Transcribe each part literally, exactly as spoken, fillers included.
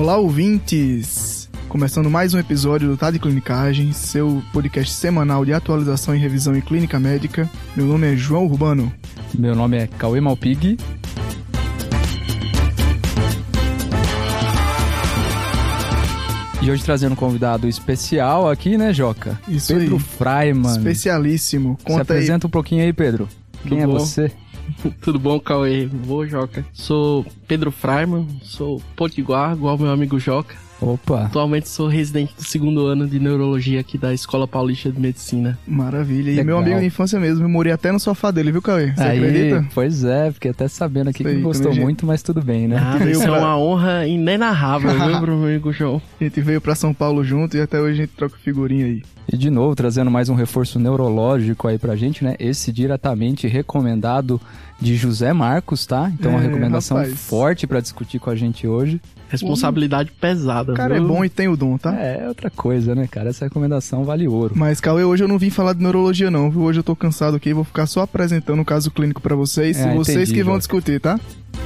Olá, ouvintes! Começando mais um episódio do Tá de Clinicagem, seu podcast semanal de atualização e revisão em clínica médica. Meu nome é João Urbano. Meu nome é Cauê Malpig. E hoje trazendo um convidado especial aqui, né, Joca? Isso Pedro aí. Freiman. Especialíssimo. Conta Se apresenta aí. um pouquinho aí, Pedro. Quem Tudo é bom? você? Tudo bom, Cauê? Boa, Joca. Sou Pedro Freiman, sou potiguar, igual meu amigo Joca. Opa! Atualmente sou residente do segundo ano de Neurologia aqui da Escola Paulista de Medicina. Maravilha. E Legal. meu amigo de infância mesmo, eu morei até no sofá dele, viu, Cauê? Você aí, acredita? Pois é, fiquei até sabendo aqui Isso que aí, gostou também, muito, mas tudo bem, né? Ah, veio isso é pra- uma honra inenarrável, viu, pro meu amigo João? A gente veio pra São Paulo junto e até hoje a gente troca figurinha aí. E de novo, trazendo mais um reforço neurológico aí pra gente, né? Esse diretamente recomendado de José Marcos, tá? Então uma É, recomendação rapaz. forte pra discutir com a gente hoje. Responsabilidade pesada, O cara é viu? bom e tem o dom, tá? É outra coisa, né, cara? Essa recomendação vale ouro. Mas, Cauê, hoje eu não vim falar de neurologia não, viu? Hoje eu tô cansado aqui, vou ficar só apresentando o caso clínico pra vocês, É, vocês entendi, que vão Joca. discutir, tá?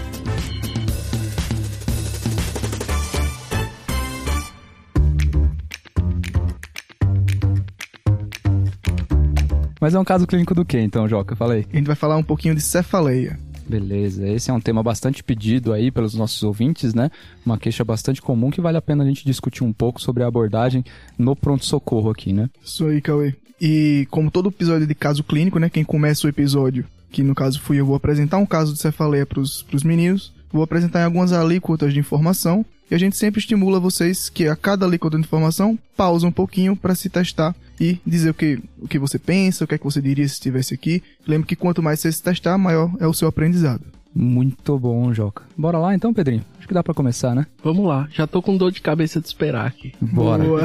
Mas é um caso clínico do quê, então, Joca? Fala aí. A gente vai falar um pouquinho de cefaleia. Beleza, esse é um tema bastante pedido aí pelos nossos ouvintes, né? Uma queixa bastante comum que vale a pena a gente discutir um pouco sobre a abordagem no pronto-socorro aqui, né? Isso aí, Cauê. E como todo episódio de caso clínico, né? Quem começa o episódio, que no caso fui eu, vou apresentar um caso de cefaleia pros, pros meninos. Vou apresentar em algumas alíquotas de informação. E a gente sempre estimula vocês que a cada alíquota de informação, pausa um pouquinho para se testar e dizer o que, o que você pensa, o que é que você diria se estivesse aqui. Lembre que quanto mais você se testar, maior é o seu aprendizado. Muito bom, Joca. Bora lá então, Pedrinho? Acho que dá pra começar, né? Vamos lá, já tô com dor de cabeça de esperar aqui. Bora. Boa.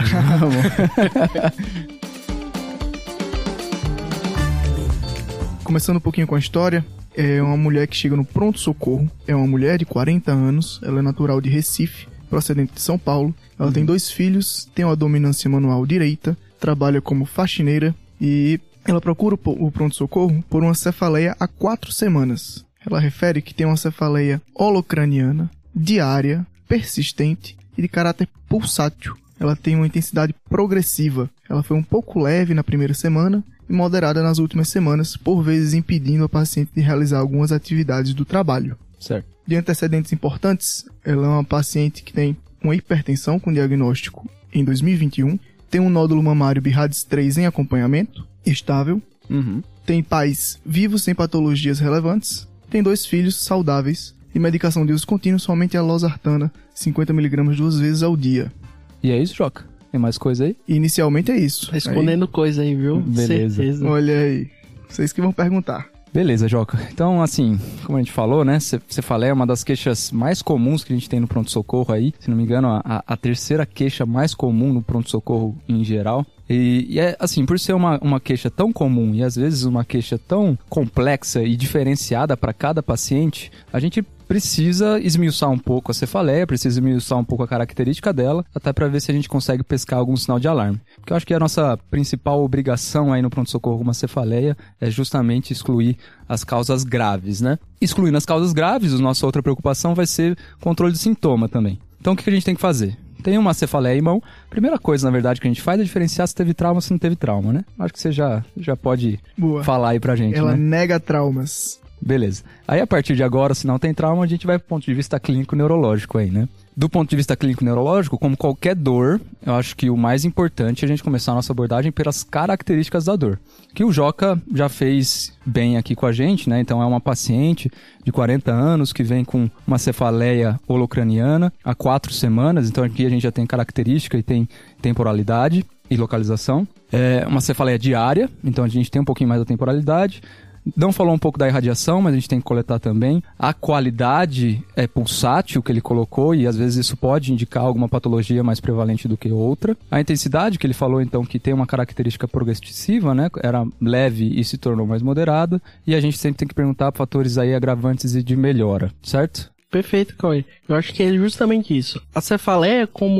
Começando um pouquinho com a história, é uma mulher que chega no pronto-socorro. É uma mulher de quarenta anos, ela é natural de Recife, procedente de São Paulo. Ela tem dois filhos, tem uma dominância manual direita, trabalha como faxineira e ela procura o po- o pronto-socorro por uma cefaleia há quatro semanas. Ela refere que tem uma cefaleia holocraniana, diária, persistente e de caráter pulsátil. Ela tem uma intensidade progressiva. Ela foi um pouco leve na primeira semana e moderada nas últimas semanas, por vezes impedindo a paciente de realizar algumas atividades do trabalho. Certo. De antecedentes importantes, ela é uma paciente que tem uma hipertensão com diagnóstico em dois mil e vinte e um, tem um nódulo mamário B I R A D S três em acompanhamento, estável, Uhum. tem pais vivos sem patologias relevantes, tem dois filhos saudáveis e medicação de uso contínuo somente a losartana, cinquenta miligramas duas vezes ao dia. E é isso, Joca? Tem mais coisa aí? E inicialmente é isso. Tá escondendo coisa aí, viu? Beleza. Certeza. Aí, olha aí, vocês que vão perguntar. Beleza, Joca. Então, assim, como a gente falou, né? Cefaleia é uma das queixas mais comuns que a gente tem no pronto-socorro aí. Se não me engano, a, a terceira queixa mais comum no pronto-socorro em geral. E, e é assim, por ser uma, uma queixa tão comum e às vezes uma queixa tão complexa e diferenciada para cada paciente, a gente precisa esmiuçar um pouco a cefaleia, precisa esmiuçar um pouco a característica dela, até para ver se a gente consegue pescar algum sinal de alarme. Porque eu acho que a nossa principal obrigação aí no pronto-socorro com uma cefaleia é justamente excluir as causas graves, né? Excluindo as causas graves, a nossa outra preocupação vai ser controle de sintoma também. Então o que a gente tem que fazer? Tem uma cefaleia em mão. Primeira coisa, na verdade, que a gente faz é diferenciar se teve trauma ou se não teve trauma, né? Acho que você já, já pode Boa. falar aí pra gente, Ela né? nega traumas. Beleza. Aí, a partir de agora, se não tem trauma, a gente vai pro ponto de vista clínico-neurológico aí, né? Do ponto de vista clínico-neurológico, como qualquer dor, eu acho que o mais importante é a gente começar a nossa abordagem pelas características da dor. Que o Joca já fez bem aqui com a gente, né? Então, é uma paciente de quarenta anos que vem com uma cefaleia holocraniana há quatro semanas. Então, aqui a gente já tem característica e tem temporalidade e localização. É uma cefaleia diária, então a gente tem um pouquinho mais da temporalidade. Não falou um pouco da irradiação, mas a gente tem que coletar também. A qualidade é pulsátil que ele colocou e às vezes isso pode indicar alguma patologia mais prevalente do que outra. A intensidade que ele falou então que tem uma característica progressiva, né? Era leve e se tornou mais moderada. E a gente sempre tem que perguntar fatores aí agravantes e de melhora, certo? Perfeito, Cauê. Eu acho que é justamente isso. A cefaleia, como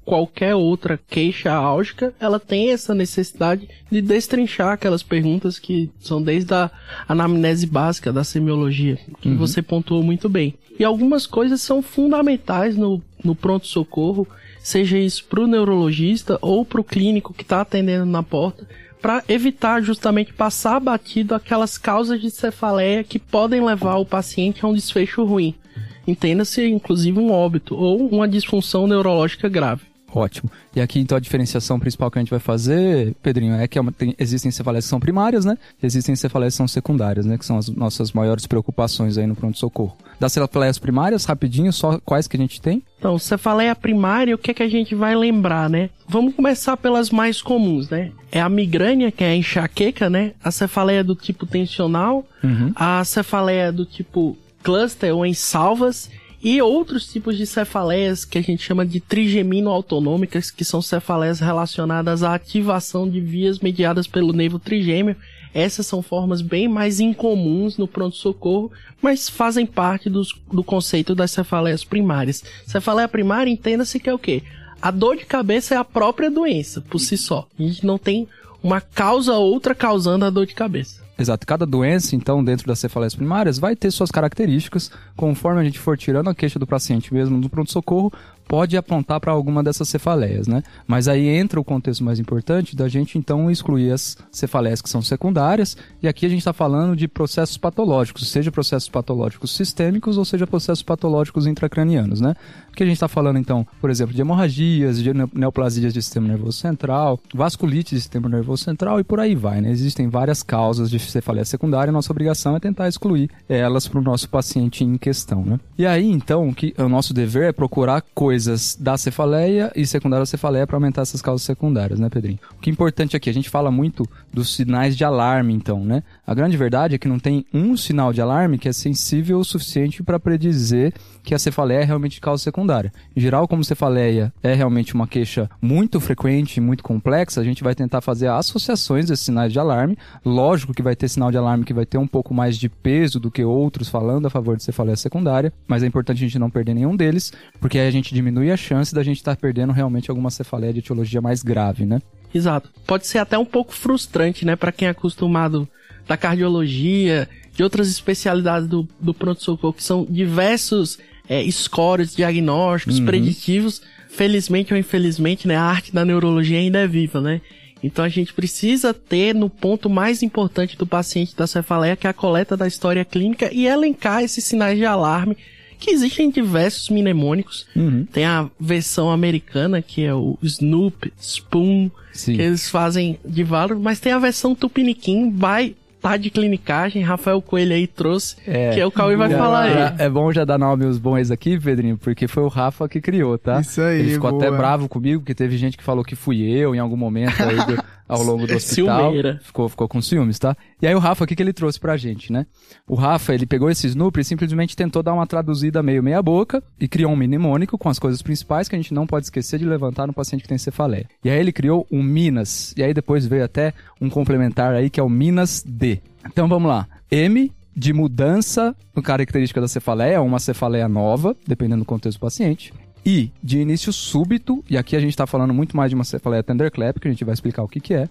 qualquer outra queixa álgica, ela tem essa necessidade de destrinchar aquelas perguntas que são desde a anamnese básica da semiologia, que uhum. você pontuou muito bem. E algumas coisas são fundamentais no, no pronto-socorro, seja isso para o neurologista ou para o clínico que está atendendo na porta, para evitar justamente passar batido aquelas causas de cefaleia que podem levar o paciente a um desfecho ruim. Entenda-se, inclusive, um óbito ou uma disfunção neurológica grave. Ótimo. E aqui, então, a diferenciação principal que a gente vai fazer, Pedrinho, é que é uma, tem, existem cefaleias que são primárias, né? E existem cefaleias que são secundárias, né? Que são as nossas maiores preocupações aí no pronto-socorro. Das cefaleias primárias, rapidinho, só quais que a gente tem? Então, cefaleia primária, o que é que a gente vai lembrar, né? Vamos começar pelas mais comuns, né? É a migrânia, que é a enxaqueca, né? A cefaleia do tipo tensional, uhum. a cefaleia do tipo cluster ou em salvas, e outros tipos de cefaleias que a gente chama de trigemino-autonômicas, que são cefaleias relacionadas à ativação de vias mediadas pelo nervo trigêmeo. Essas são formas bem mais incomuns no pronto-socorro, mas fazem parte dos, do conceito das cefaleias primárias. Cefaleia primária, entenda-se que é o quê? A dor de cabeça é a própria doença, por si só. A gente não tem uma causa ou outra causando a dor de cabeça. Exato. Cada doença, então, dentro das cefaleias primárias, vai ter suas características. Conforme a gente for tirando a queixa do paciente mesmo no pronto-socorro, pode apontar para alguma dessas cefaleias, né? Mas aí entra o contexto mais importante da gente, então, excluir as cefaleias que são secundárias. E aqui a gente está falando de processos patológicos, seja processos patológicos sistêmicos ou seja processos patológicos intracranianos, né? Porque a gente está falando, então, por exemplo, de hemorragias, de neoplasias de sistema nervoso central, vasculite de sistema nervoso central e por aí vai, né? Existem várias causas de cefaleia secundária e nossa obrigação é tentar excluir elas para o nosso paciente em questão, né? E aí, então, que o nosso dever é procurar coisas da cefaleia e secundária da cefaleia para aumentar essas causas secundárias, né, Pedrinho? O que é importante aqui, a gente fala muito dos sinais de alarme, então, né? A grande verdade é que não tem um sinal de alarme que é sensível o suficiente para predizer que a cefaleia é realmente causa secundária. Em geral, como cefaleia é realmente uma queixa muito frequente e muito complexa, a gente vai tentar fazer associações desses sinais de alarme. Lógico que vai ter sinal de alarme que vai ter um pouco mais de peso do que outros falando a favor de cefaleia secundária, mas é importante a gente não perder nenhum deles, porque aí a gente diminui a chance da gente estar tá perdendo realmente alguma cefaleia de etiologia mais grave, né? Exato. Pode ser até um pouco frustrante, né, para quem é acostumado da cardiologia, de outras especialidades do, do pronto-socorro, que são diversos é, scores diagnósticos, uhum. preditivos. Felizmente ou infelizmente, né, a arte da neurologia ainda é viva, né? Então a gente precisa ter no ponto mais importante do paciente da cefaleia, que é a coleta da história clínica, e elencar esses sinais de alarme, que existem diversos mnemônicos. Uhum. Tem a versão americana, que é o Snoop, Spoon, Sim. que eles fazem de vários, mas tem a versão Tupiniquim, by tá de clinicagem, Rafael Coelho aí trouxe, é, que é o Cauê vai falar aí. É bom já dar nome aos bons aqui, Pedrinho, porque foi o Rafa que criou, tá? Isso aí, Ele ficou boa. até bravo comigo, porque teve gente que falou que fui eu em algum momento aí do, ao longo do hospital. Ficou, ficou com ciúmes, tá? E aí o Rafa, o que, que ele trouxe pra gente, né? O Rafa, ele pegou esse Snoopy e simplesmente tentou dar uma traduzida meio meia boca e criou um mnemônico com as coisas principais que a gente não pode esquecer de levantar no paciente que tem cefaleia. E aí ele criou um Minas, e aí depois veio até um complementar aí que é o Minas D. Então vamos lá. M de mudança no característica da cefaleia, uma cefaleia nova, dependendo do contexto do paciente. I de início súbito, e aqui a gente está falando muito mais de uma cefaleia thunderclap, que a gente vai explicar o que, que é.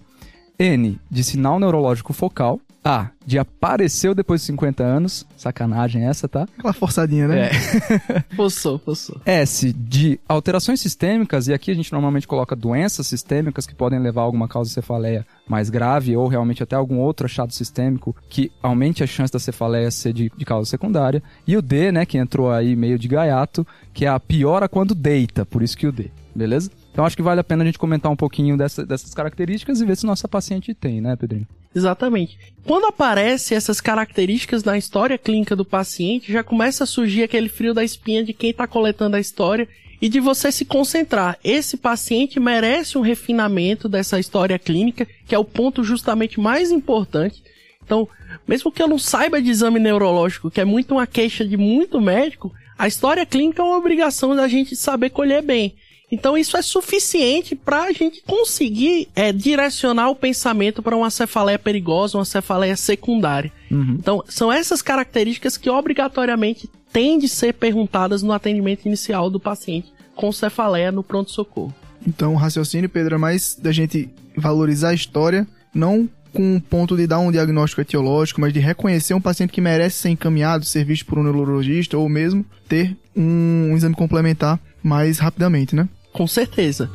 N de sinal neurológico focal. A de apareceu depois de cinquenta anos. Sacanagem essa, tá? Aquela forçadinha, né? É. Forçou, forçou. S de alterações sistêmicas, e aqui a gente normalmente coloca doenças sistêmicas que podem levar a alguma causa de cefaleia mais grave ou realmente até algum outro achado sistêmico que aumente a chance da cefaleia ser de, de causa secundária. E o D, né, que entrou aí meio de gaiato, que é a piora quando deita, por isso que o D, beleza? Então acho que vale a pena a gente comentar um pouquinho dessa, dessas características e ver se nossa paciente tem, né, Pedrinho? Exatamente. Quando aparecem essas características na história clínica do paciente, já começa a surgir aquele frio da espinha de quem está coletando a história e de você se concentrar. Esse paciente merece um refinamento dessa história clínica, que é o ponto justamente mais importante. Então, mesmo que eu não saiba de exame neurológico, que é muito uma queixa de muito médico, a história clínica é uma obrigação da gente saber colher bem. Então isso é suficiente para a gente conseguir é, direcionar o pensamento para uma cefaleia perigosa, uma cefaleia secundária. Uhum. Então são essas características que obrigatoriamente têm de ser perguntadas no atendimento inicial do paciente com cefaleia no pronto-socorro. Então o raciocínio, Pedro, é mais da gente valorizar a história, não com o ponto de dar um diagnóstico etiológico, mas de reconhecer um paciente que merece ser encaminhado, ser visto por um neurologista ou mesmo ter um, um exame complementar mais rapidamente, né? Com certeza.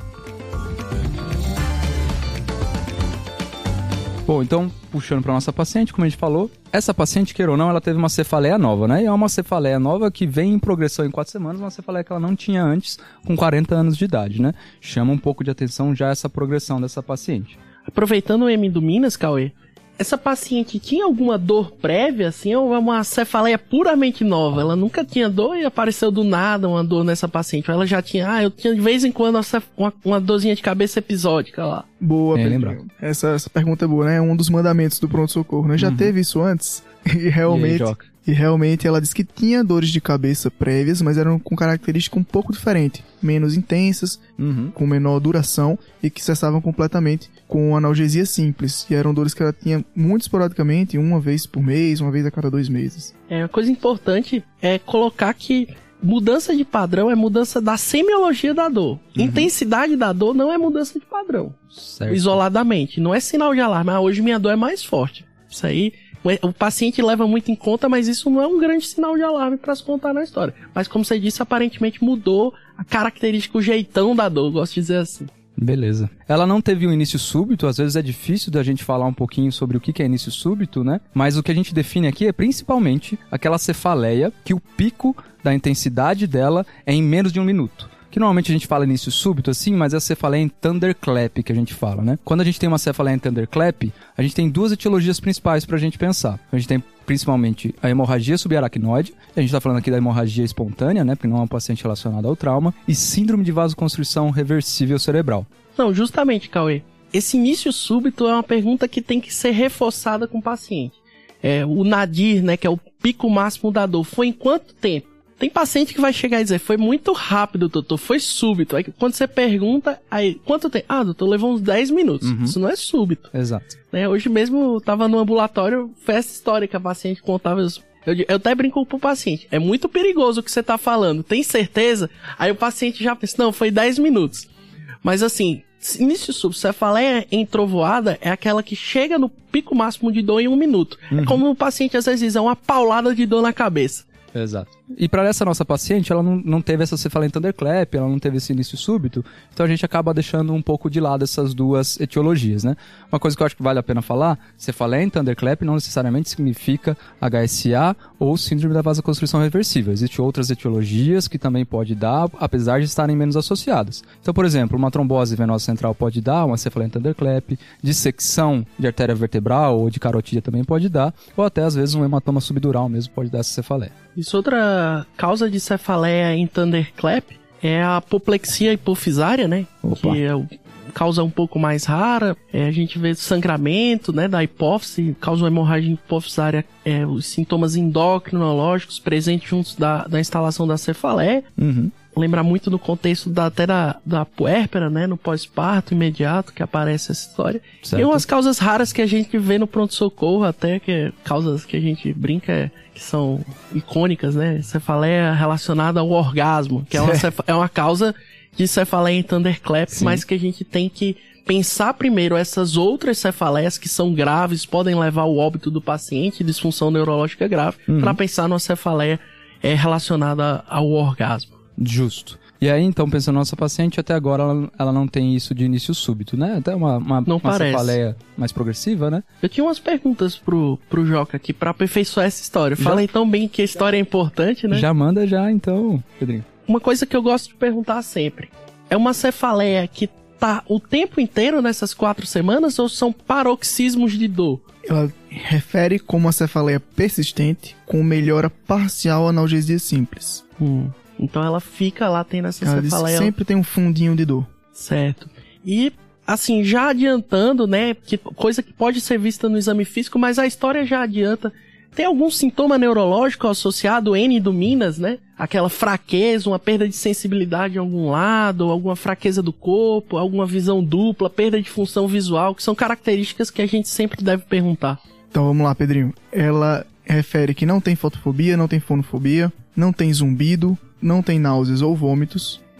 Bom, então, puxando para nossa paciente, como a gente falou, essa paciente, queira ou não, ela teve uma cefaleia nova, né? E é uma cefaleia nova que vem em progressão em quatro semanas, uma cefaleia que ela não tinha antes, com quarenta anos de idade, né? Chama um pouco de atenção já essa progressão dessa paciente. Aproveitando o M do Minas, Cauê, essa paciente tinha alguma dor prévia, assim, ou é uma cefaleia puramente nova? Ela nunca tinha dor e apareceu do nada uma dor nessa paciente? Ou ela já tinha, ah, eu tinha de vez em quando uma, uma dorzinha de cabeça episódica lá? Boa, é, Pedro. Essa, essa pergunta é boa, né? É um dos mandamentos do pronto-socorro, né? Já uhum. teve isso antes? E realmente... E aí, E realmente ela disse que tinha dores de cabeça prévias, mas eram com característica um pouco diferente. Menos intensas, uhum. com menor duração e que cessavam completamente com analgesia simples. E eram dores que ela tinha muito esporadicamente, uma vez por mês, uma vez a cada dois meses. É, uma coisa importante é colocar que mudança de padrão é mudança da semiologia da dor. Uhum. Intensidade da dor não é mudança de padrão. Certo. Isoladamente. Não é sinal de alarme. Ah, hoje minha dor é mais forte. Isso aí... O paciente leva muito em conta, mas isso não é um grande sinal de alarme para se contar na história. Mas como você disse, aparentemente mudou a característica, o jeitão da dor, gosto de dizer assim. Beleza. Ela não teve um início súbito, às vezes é difícil da gente falar um pouquinho sobre o que é início súbito, né? Mas o que a gente define aqui é principalmente aquela cefaleia que o pico da intensidade dela é em menos de um minuto. Que normalmente a gente fala início súbito assim, mas é a cefaleia em thunderclap que a gente fala, né? Quando a gente tem uma cefaleia em thunderclap, a gente tem duas etiologias principais pra gente pensar. A gente tem principalmente a hemorragia subaracnoide, a gente tá falando aqui da hemorragia espontânea, né? Porque não é um paciente relacionado ao trauma, e síndrome de vasoconstrição reversível cerebral. Não, justamente, Cauê. Esse início súbito é uma pergunta que tem que ser reforçada com o paciente. É, o nadir, né, que é o pico máximo da dor, foi em quanto tempo? Tem paciente que vai chegar e dizer, foi muito rápido, doutor, foi súbito. Aí quando você pergunta, aí, quanto tempo? Ah, doutor, levou uns dez minutos. Uhum. Isso não é súbito. Exato. Né? Hoje mesmo eu tava no ambulatório, foi essa história que a paciente contava. Eu, eu até brinco pro paciente, é muito perigoso o que você tá falando, tem certeza? Aí o paciente já pensa, não, foi dez minutos. Mas assim, início súbito, cefaleia entrovoada é aquela que chega no pico máximo de dor em um minuto. Uhum. É como o paciente às vezes diz, é uma paulada de dor na cabeça. Exato. E para essa nossa paciente, ela não, não teve essa cefaleia em thunderclap, ela não teve esse início súbito, então a gente acaba deixando um pouco de lado essas duas etiologias, né? Uma coisa que eu acho que vale a pena falar, cefaleia em thunderclap não necessariamente significa H S A ou síndrome da vasoconstrição reversível. Existem outras etiologias que também pode dar, apesar de estarem menos associadas. Então, por exemplo, uma trombose venosa central pode dar uma cefaleia em thunderclap, dissecção de artéria vertebral ou de carotídea também pode dar, ou até às vezes um hematoma subdural mesmo pode dar essa cefaleia. Isso, outra causa de cefaleia em thunderclap é a apoplexia hipofisária, né? Opa. Que é causa um pouco mais rara. É, a gente vê sangramento, né, da hipófise, causa uma hemorragia hipofisária, é, os sintomas endocrinológicos presentes juntos da, da instalação da cefaleia. Uhum. Lembra muito no contexto da, até da, da puérpera, né? No pós-parto imediato que aparece essa história. Certo. E umas causas raras que a gente vê no pronto-socorro até, que é causas que a gente brinca, que são icônicas, né? Cefaleia relacionada ao orgasmo, que é uma, cefa, é uma causa de cefaleia em thunderclap, Sim. mas que a gente tem que pensar primeiro essas outras cefaleias que são graves, podem levar ao óbito do paciente, disfunção neurológica grave, uhum. para pensar numa cefaleia é, relacionada ao orgasmo. Justo. E aí, então, pensando na nossa paciente, até agora ela, ela não tem isso de início súbito, né? Até uma, uma, não uma parece. cefaleia mais progressiva, né? Eu tinha umas perguntas pro, pro Joca aqui pra aperfeiçoar essa história. Falei tão bem que a história é importante, né? Já manda já, então, Pedrinho. Uma coisa que eu gosto de perguntar sempre. É uma cefaleia que tá o tempo inteiro nessas quatro semanas ou são paroxismos de dor? Ela refere como uma cefaleia persistente com melhora parcial analgesia simples. Hum. Então ela fica lá tendo essa ela cefaleia. Sempre tem um fundinho de dor. Certo. E, assim, já adiantando, né, que coisa que pode ser vista no exame físico, mas a história já adianta. Tem algum sintoma neurológico associado, N do Minas, né? Aquela fraqueza, uma perda de sensibilidade em algum lado, alguma fraqueza do corpo, alguma visão dupla, perda de função visual, que são características que a gente sempre deve perguntar. Então vamos lá, Pedrinho. Ela refere que não tem fotofobia, não tem fonofobia, não tem zumbido, não tem náuseas ou vômitos,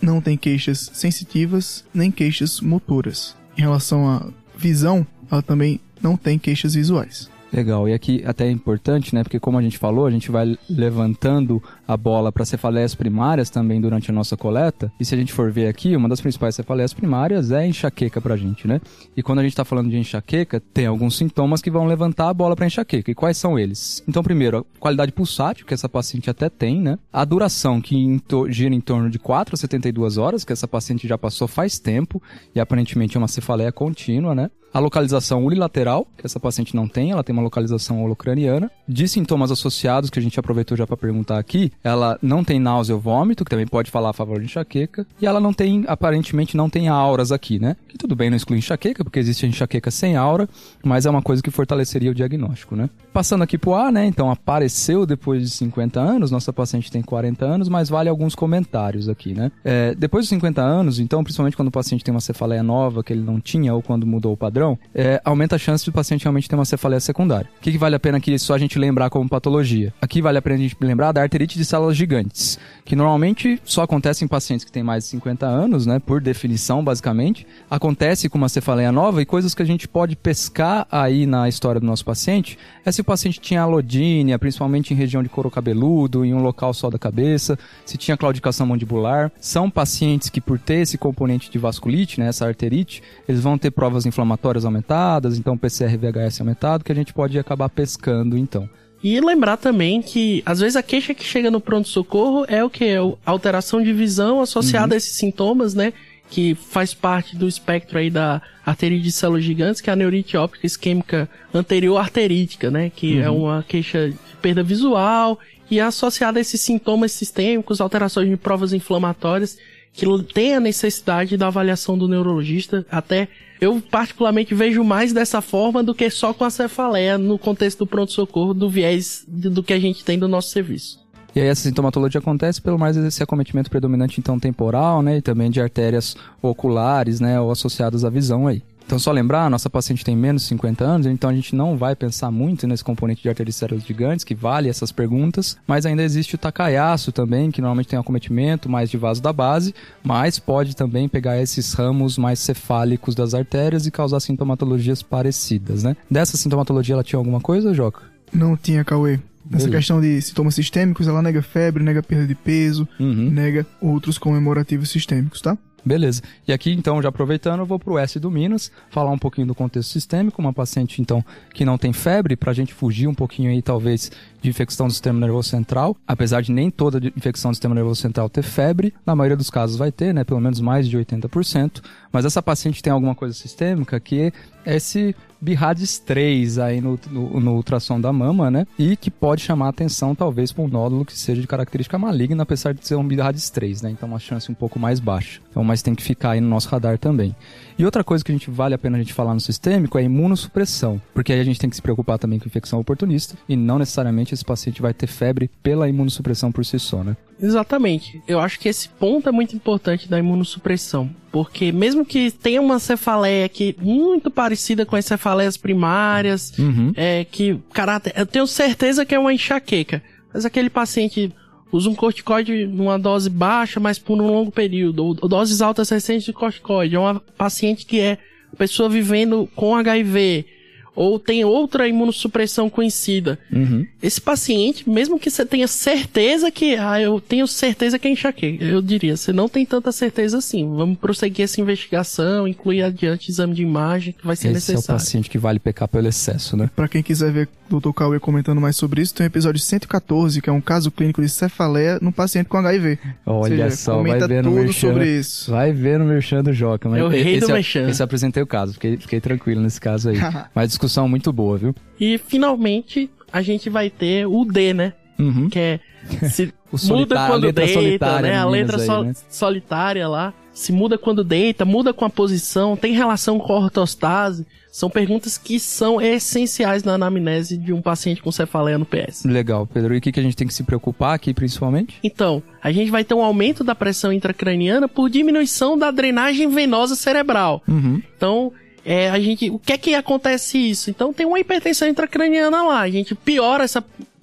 não tem queixas sensitivas nem queixas motoras. Em relação à visão, ela também não tem queixas visuais. Legal, e aqui até é importante, né, porque como a gente falou, a gente vai levantando a bola para cefaleias primárias também durante a nossa coleta, e se a gente for ver aqui, uma das principais cefaleias primárias é a enxaqueca pra gente, né? E quando a gente tá falando de enxaqueca, tem alguns sintomas que vão levantar a bola para enxaqueca, e quais são eles? Então, primeiro, a qualidade pulsátil, que essa paciente até tem, né? A duração, que em to- gira em torno de quatro a setenta e duas horas, que essa paciente já passou faz tempo, e aparentemente é uma cefaleia contínua, né? A localização unilateral, que essa paciente não tem, ela tem uma localização holocraniana. De sintomas associados, que a gente aproveitou já para perguntar aqui, ela não tem náusea ou vômito, que também pode falar a favor de enxaqueca. E ela não tem, aparentemente não tem auras aqui, né? Que tudo bem, não exclui enxaqueca, porque existe a enxaqueca sem aura, mas é uma coisa que fortaleceria o diagnóstico, né? Passando aqui pro A, né? Então apareceu depois de cinquenta anos, nossa paciente tem quarenta anos, mas vale alguns comentários aqui, né? É, depois dos cinquenta anos, então, principalmente quando o paciente tem uma cefaleia nova que ele não tinha ou quando mudou o padrão, É, aumenta a chance de o paciente realmente ter uma cefaleia secundária. O que, que vale a pena aqui só a gente lembrar como patologia? Aqui vale a pena a gente lembrar da arterite de células gigantes, que normalmente só acontece em pacientes que têm mais de cinquenta anos, né, por definição, basicamente. Acontece com uma cefaleia nova e coisas que a gente pode pescar aí na história do nosso paciente é se o paciente tinha alodínia, principalmente em região de couro cabeludo, em um local só da cabeça, se tinha claudicação mandibular. São pacientes que, por ter esse componente de vasculite, né, essa arterite, eles vão ter provas inflamatórias aumentadas, então P C R V H S aumentado, que a gente pode acabar pescando, então. E lembrar também que, às vezes, a queixa que chega no pronto-socorro é o que? É a alteração de visão associada uhum. a esses sintomas, né? Que faz parte do espectro aí da arterite de células gigantes, que é a neurite óptica isquêmica anterior arterítica, né? Que uhum. é uma queixa de perda visual e é associada a esses sintomas sistêmicos, alterações de provas inflamatórias, que tem a necessidade da avaliação do neurologista. Até eu particularmente vejo mais dessa forma do que só com a cefaleia no contexto do pronto-socorro, do viés do que a gente tem do nosso serviço. E aí essa sintomatologia acontece pelo mais esse acometimento predominante então temporal, né, e também de artérias oculares, né, ou associadas à visão aí. Então, só lembrar, a nossa paciente tem menos de cinquenta anos, então a gente não vai pensar muito nesse componente de artéria de células gigantes, que vale essas perguntas, mas ainda existe o Takayasu também, que normalmente tem um acometimento mais de vaso da base, mas pode também pegar esses ramos mais cefálicos das artérias e causar sintomatologias parecidas, né? Dessa sintomatologia, ela tinha alguma coisa, Joca? Não tinha, Cauê. Nessa questão de sintomas sistêmicos, ela nega febre, nega perda de peso, uhum. nega outros comemorativos sistêmicos, tá? Beleza. E aqui, então, já aproveitando, eu vou pro S do Minas, falar um pouquinho do contexto sistêmico, uma paciente, então, que não tem febre, pra gente fugir um pouquinho aí, talvez, de infecção do sistema nervoso central. Apesar de nem toda infecção do sistema nervoso central ter febre, na maioria dos casos vai ter, né, pelo menos mais de oitenta por cento. Mas essa paciente tem alguma coisa sistêmica que é esse BIRADS três aí no, no, no ultrassom da mama, né? E que pode chamar a atenção, talvez, para um nódulo que seja de característica maligna, apesar de ser um BIRADS três, né? Então, uma chance um pouco mais baixa. Então, mas tem que ficar aí no nosso radar também. E outra coisa que a gente vale a pena a gente falar no sistêmico é a imunossupressão, porque aí a gente tem que se preocupar também com infecção oportunista e não necessariamente esse paciente vai ter febre pela imunossupressão por si só, né? Exatamente. Eu acho que esse ponto é muito importante da imunossupressão, porque mesmo que tenha uma cefaleia que muito parecida com as cefaleias primárias, uhum. é que, cara, eu tenho certeza que é uma enxaqueca, mas aquele paciente usa um corticoide numa dose baixa, mas por um longo período, ou doses altas recentes de corticoide, é uma paciente que é pessoa vivendo com H I V, ou tem outra imunossupressão conhecida. Uhum. Esse paciente, mesmo que você tenha certeza que... Ah, eu tenho certeza que é enxaqueca. Eu diria, você não tem tanta certeza assim. Vamos prosseguir essa investigação, incluir adiante exame de imagem, que vai ser Esse necessário. Esse é o paciente que vale pecar pelo excesso, né? Pra quem quiser ver o doutor Cauê comentando mais sobre isso, tem o episódio cento e quatorze, que é um caso clínico de cefaleia no paciente com H I V. Olha seja, só, vai ver no tudo merchan, sobre isso. Vai ver no merchan do Joca. Mas é o rei esse, do merchan. Esse eu apresentei o caso, fiquei, fiquei tranquilo nesse caso aí. Mas discussão muito boa, viu? E, finalmente, a gente vai ter o D, né? Uhum. Que é... Se muda quando deita, né? A letra aí, sol, né? solitária lá. Se muda quando deita, muda com a posição, tem relação com a ortostase. São perguntas que são essenciais na anamnese de um paciente com cefaleia no P S. Legal, Pedro. E o que, que a gente tem que se preocupar aqui, principalmente? Então, a gente vai ter um aumento da pressão intracraniana por diminuição da drenagem venosa cerebral. Uhum. Então... É, a gente, o que é que acontece isso? Então tem uma hipertensão intracraniana lá, a gente piora essa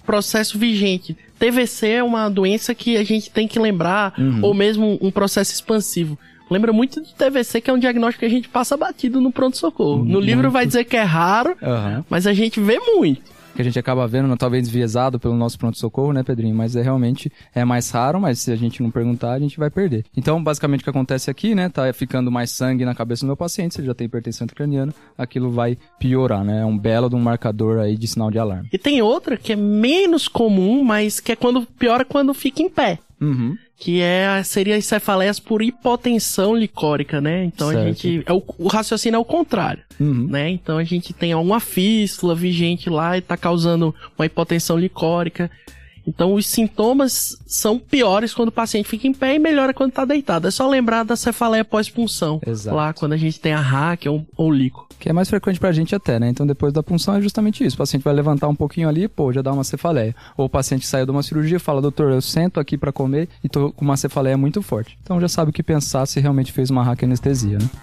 processo vigente. T V C é uma doença que a gente tem que lembrar, uhum. ou mesmo um processo expansivo. Lembra muito do T V C, que é um diagnóstico que a gente passa batido no pronto-socorro. No muito. livro vai dizer que é raro, uhum. mas a gente vê muito. Que a gente acaba vendo, talvez enviesado pelo nosso pronto-socorro, né, Pedrinho? Mas é realmente é mais raro, mas se a gente não perguntar, a gente vai perder. Então, basicamente, o que acontece aqui, né, tá ficando mais sangue na cabeça do meu paciente, se ele já tem hipertensão intracraniana, aquilo vai piorar, né? É um belo de um marcador aí de sinal de alarme. E tem outra que é menos comum, mas que é quando piora quando fica em pé. Uhum. Que é, seria as cefaleias por hipotensão licórica, né? Então certo. a gente... É o, o raciocínio é o contrário, uhum. né? Então a gente tem uma fístula vigente lá e tá causando uma hipotensão licórica. Então os sintomas são piores quando o paciente fica em pé e melhora quando tá deitado. É só lembrar da cefaleia pós-punção. Exato. Lá quando a gente tem a hack ou, ou lico. Que é mais frequente pra gente até, né? Então depois da punção é justamente isso. O paciente vai levantar um pouquinho ali, pô, já dá uma cefaleia. Ou o paciente saiu de uma cirurgia e fala, doutor, eu sento aqui pra comer e tô com uma cefaleia muito forte. Então já sabe o que pensar se realmente fez uma hack anestesia, né?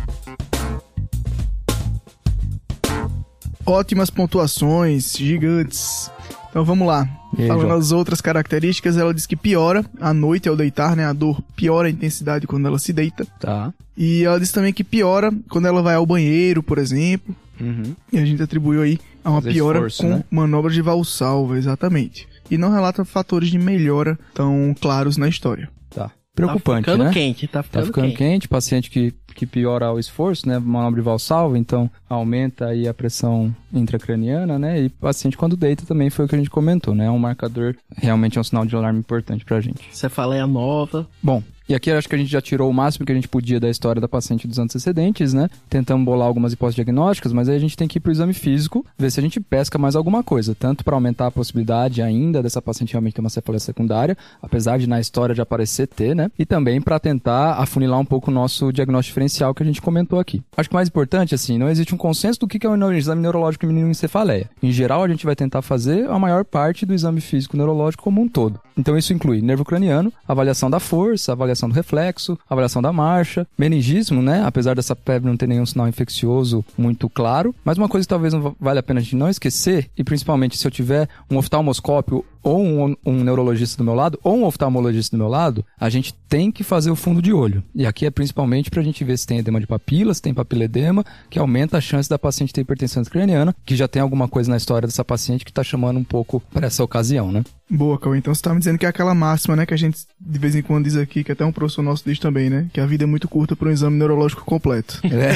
Ótimas pontuações, gigantes. Então vamos lá. Aí, Falando João. as outras características, ela diz que piora à noite ao deitar, né? A dor piora a intensidade quando ela se deita. Tá. E ela diz também que piora quando ela vai ao banheiro, por exemplo. Uhum. E a gente atribuiu aí a uma Fazer piora esforço, com né? manobra de Valsalva, exatamente. E não relata fatores de melhora tão claros na história. Tá. Preocupante, tá ficando né? quente, tá ficando, tá ficando quente. quente. Paciente que, que piora ao esforço, né? Manobra de Valsalva, então aumenta aí a pressão intracraniana, né? E paciente quando deita também foi o que a gente comentou, né? É um marcador, realmente é um sinal de alarme importante pra gente. Cefaleia nova. Bom, e aqui eu acho que a gente já tirou o máximo que a gente podia da história da paciente dos antecedentes, né? Tentamos bolar algumas hipóteses diagnósticas, mas aí a gente tem que ir pro exame físico, ver se a gente pesca mais alguma coisa, tanto para aumentar a possibilidade ainda dessa paciente realmente ter uma cefaleia secundária, apesar de na história de aparecer ter, né? E também para tentar afunilar um pouco o nosso diagnóstico diferencial que a gente comentou aqui. Acho que o mais importante, assim, não existe um consenso do que é um exame neurológico em cefaleia. Em geral, a gente vai tentar fazer a maior parte do exame físico neurológico como um todo. Então isso inclui nervo craniano, avaliação da força, avaliação do reflexo, avaliação da marcha, meningismo, né? Apesar dessa febre não ter nenhum sinal infeccioso muito claro. Mas uma coisa que talvez não vale a pena a gente não esquecer, e principalmente se eu tiver um oftalmoscópio ou um, um neurologista do meu lado, ou um oftalmologista do meu lado, a gente tem que fazer o fundo de olho. E aqui é principalmente pra gente ver se tem edema de papila, se tem papiledema, que aumenta a chance da paciente ter hipertensão craniana, que já tem alguma coisa na história dessa paciente que tá chamando um pouco para essa ocasião, né? Boa, Cauê. Então você tá me dizendo que é aquela máxima, né, que a gente de vez em quando diz aqui, que até um professor nosso diz também, né, que a vida é muito curta para um exame neurológico completo.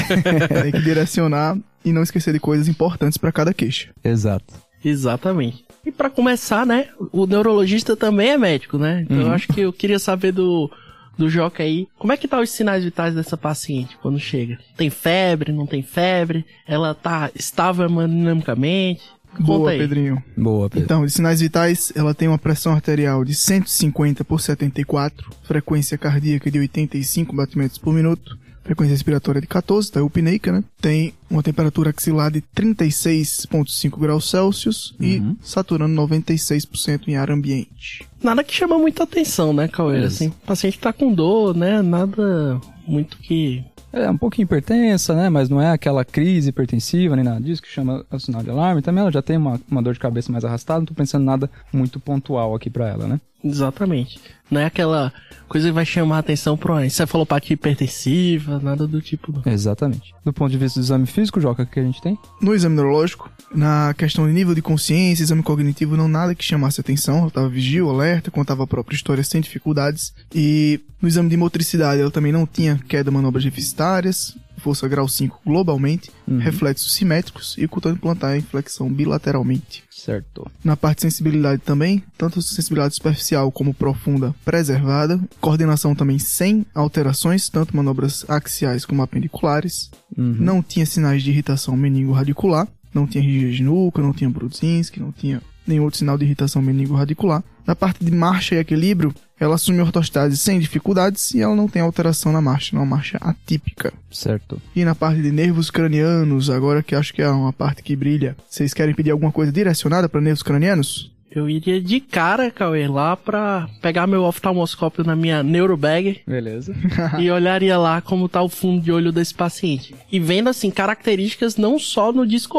É. Tem que direcionar e não esquecer de coisas importantes para cada queixa. Exato. Exatamente. E pra começar, né, o neurologista também é médico, né? Então uhum. eu acho que eu queria saber do, do Joca aí, como é que tá os sinais vitais dessa paciente quando chega? Tem febre, não tem febre? Ela tá estável hemodinamicamente? Boa, Pedrinho. Boa, Pedro. Então, de sinais vitais, ela tem uma pressão arterial de cento e cinquenta por setenta e quatro, frequência cardíaca de oitenta e cinco batimentos por minuto, frequência respiratória de catorze, tá eupneica, né? Tem uma temperatura axilar de trinta e seis vírgula cinco graus Celsius uhum. e saturando noventa e seis por cento em ar ambiente. Nada que chama muita atenção, né, Cauê? É. Assim, o paciente tá com dor, né? Nada muito que... É um pouquinho hipertensa, né? Mas não é aquela crise hipertensiva nem nada disso que chama o sinal de alarme. Também ela já tem uma, uma dor de cabeça mais arrastada, não tô pensando em nada muito pontual aqui pra ela, né? Exatamente. Não é aquela coisa que vai chamar a atenção pra uma encefalopatia hipertensiva, nada do tipo. Não. Exatamente. Do ponto de vista do exame físico, Joca, o que a gente tem? No exame neurológico, na questão de nível de consciência, exame cognitivo, não nada que chamasse atenção. Ela estava vigil, alerta, contava a própria história sem dificuldades. E no exame de motricidade, ela também não tinha queda, manobras deficitárias, força grau cinco globalmente, uhum. reflexos simétricos e cutâneo plantar em flexão bilateralmente. Certo. Na parte de sensibilidade também, tanto sensibilidade superficial como profunda preservada, coordenação também sem alterações, tanto manobras axiais como apendiculares, uhum. não tinha sinais de irritação meningo-radicular, não tinha rigidez de nuca, não tinha Brudzinski, não tinha nenhum outro sinal de irritação meningo-radicular. Na parte de marcha e equilíbrio, ela assume ortostase sem dificuldades e ela não tem alteração na marcha, é uma marcha atípica. Certo. E na parte de nervos cranianos, agora que acho que é uma parte que brilha, vocês querem pedir alguma coisa direcionada para nervos cranianos? Eu iria de cara, Cauê, lá pra pegar meu oftalmoscópio na minha neurobag. Beleza. E olharia lá como tá o fundo de olho desse paciente. E vendo, assim, características não só no disco óptico,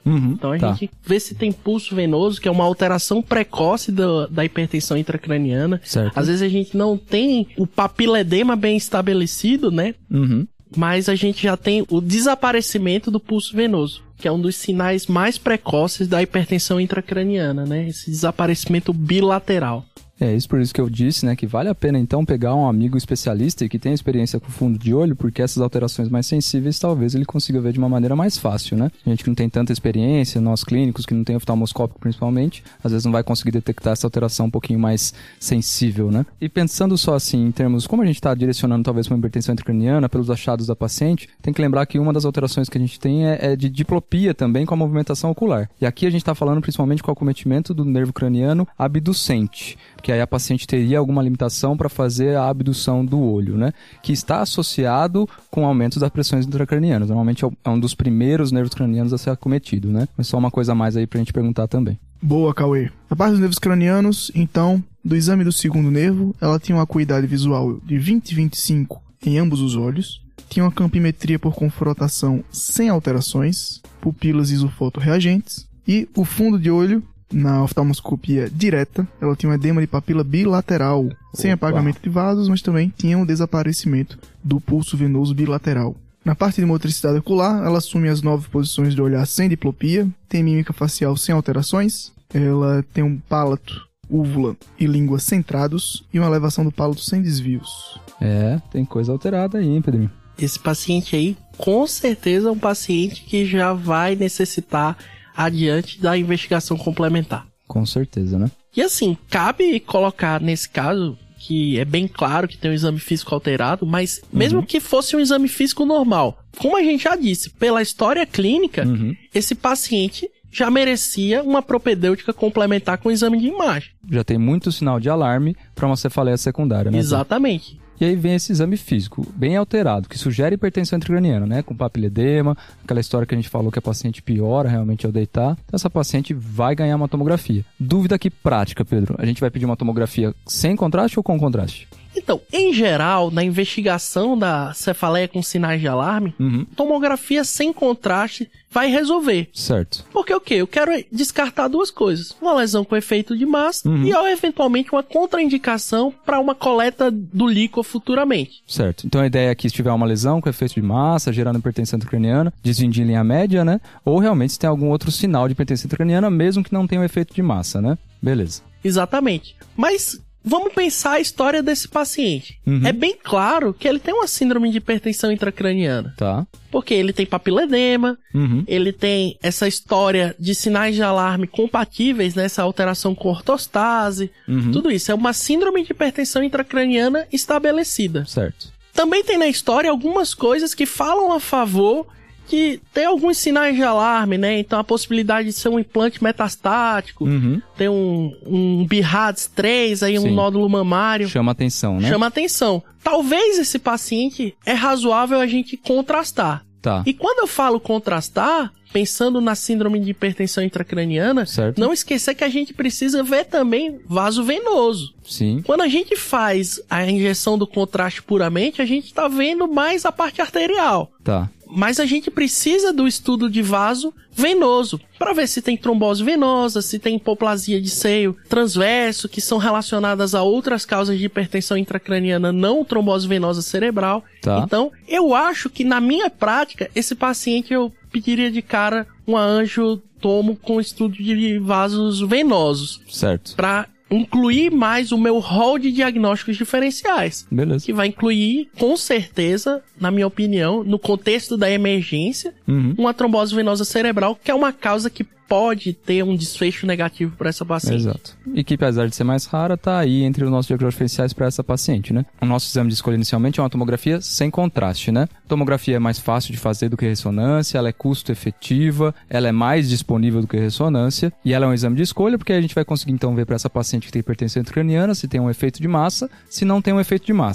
Uhum, então a tá. gente vê se tem pulso venoso, que é uma alteração precoce do, da hipertensão intracraniana. Certo. Às vezes a gente não tem o papiledema bem estabelecido, né? Uhum. Mas a gente já tem o desaparecimento do pulso venoso, que é um dos sinais mais precoces da hipertensão intracraniana, né? Esse desaparecimento bilateral. É isso, por isso que eu disse, né, que vale a pena então pegar um amigo especialista e que tenha experiência com fundo de olho, porque essas alterações mais sensíveis talvez ele consiga ver de uma maneira mais fácil, né? A gente que não tem tanta experiência, nós clínicos que não tem oftalmoscópio principalmente, às vezes não vai conseguir detectar essa alteração um pouquinho mais sensível, né? E pensando só assim, em termos, como a gente está direcionando talvez para uma hipertensão intracraniana, pelos achados da paciente, tem que lembrar que uma das alterações que a gente tem é, é de diplopia também com a movimentação ocular. E aqui a gente está falando principalmente com o acometimento do nervo craniano abducente, que aí a paciente teria alguma limitação para fazer a abdução do olho, né? Que está associado com aumentos das pressões intracranianas. Normalmente é um dos primeiros nervos cranianos a ser acometido, né? Mas só uma coisa a mais aí pra gente perguntar também. Boa, Cauê. Na parte dos nervos cranianos, então, do exame do segundo nervo, ela tinha uma acuidade visual de vinte e vinte e cinco em ambos os olhos, tinha uma campimetria por confrontação sem alterações, pupilas isofotorreagentes, e o fundo de olho, na oftalmoscopia direta, ela tinha um edema de papila bilateral, Opa. sem apagamento de vasos, mas também tinha um desaparecimento do pulso venoso bilateral. Na parte de motricidade ocular, ela assume as nove posições de olhar sem diplopia, tem mímica facial sem alterações, ela tem um palato, úvula e língua centrados e uma elevação do palato sem desvios. É, tem coisa alterada aí, hein, Pedrinho? Esse paciente aí, com certeza, é um paciente que já vai necessitar adiante da investigação complementar. Com certeza, né? E assim, cabe colocar nesse caso, que é bem claro que tem um exame físico alterado, mas mesmo uhum. que fosse um exame físico normal, como a gente já disse, pela história clínica, uhum. esse paciente já merecia uma propedêutica complementar com exame de imagem. Já tem muito sinal de alarme para uma cefaleia secundária, né? Exatamente. E aí vem esse exame físico bem alterado, que sugere hipertensão intracraniana, né? Com papiledema, aquela história que a gente falou que a paciente piora realmente ao deitar. Então essa paciente vai ganhar uma tomografia. Dúvida aqui prática, Pedro. A gente vai pedir uma tomografia sem contraste ou com contraste? Então, em geral, na investigação da cefaleia com sinais de alarme, uhum. tomografia sem contraste vai resolver. Certo. Porque o quê? Eu quero descartar duas coisas. Uma lesão com efeito de massa uhum. e, ou, eventualmente, uma contraindicação para uma coleta do líquor futuramente. Certo. Então, a ideia é que se tiver uma lesão com efeito de massa, gerando hipertensão intracraniana, desvio em linha média, né? Ou, realmente, se tem algum outro sinal de hipertensão intracraniana, mesmo que não tenha um efeito de massa, né? Beleza. Exatamente. Mas vamos pensar a história desse paciente. Uhum. É bem claro que ele tem uma síndrome de hipertensão intracraniana. Tá. Porque ele tem papiledema, uhum. ele tem essa história de sinais de alarme compatíveis, né? Essa alteração com ortostase, uhum. tudo isso. É uma síndrome de hipertensão intracraniana estabelecida. Certo. Também tem na história algumas coisas que falam a favor que tem alguns sinais de alarme, né? Então a possibilidade de ser um implante metastático, uhum. tem um, um B R A D S três, aí, um nódulo mamário. Chama atenção, né? Chama atenção. Talvez esse paciente é razoável a gente contrastar. Tá. E quando eu falo contrastar, pensando na síndrome de hipertensão intracraniana, certo. não esquecer que a gente precisa ver também vaso venoso. Sim. Quando a gente faz a injeção do contraste puramente, a gente tá vendo mais a parte arterial. Tá. Mas a gente precisa do estudo de vaso venoso para ver se tem trombose venosa, se tem hipoplasia de seio transverso, que são relacionadas a outras causas de hipertensão intracraniana, não trombose venosa cerebral. Tá. Então, eu acho que na minha prática, esse paciente eu pediria de cara uma angiotomo com estudo de vasos venosos. Certo. Para incluir mais o meu rol de diagnósticos diferenciais. Beleza. Que vai incluir, com certeza, na minha opinião, no contexto da emergência, uhum. uma trombose venosa cerebral, que é uma causa que pode ter um desfecho negativo para essa paciente. Exato. E que, apesar de ser mais rara, tá aí entre os nossos diagnósticos diferenciais para essa paciente, né? O nosso exame de escolha inicialmente é uma tomografia sem contraste, né? A tomografia é mais fácil de fazer do que ressonância, ela é custo-efetiva, ela é mais disponível do que ressonância, e ela é um exame de escolha, porque a gente vai conseguir, então, ver para essa paciente que tem hipertensão intracraniana se tem um efeito de massa, se não tem um efeito de massa.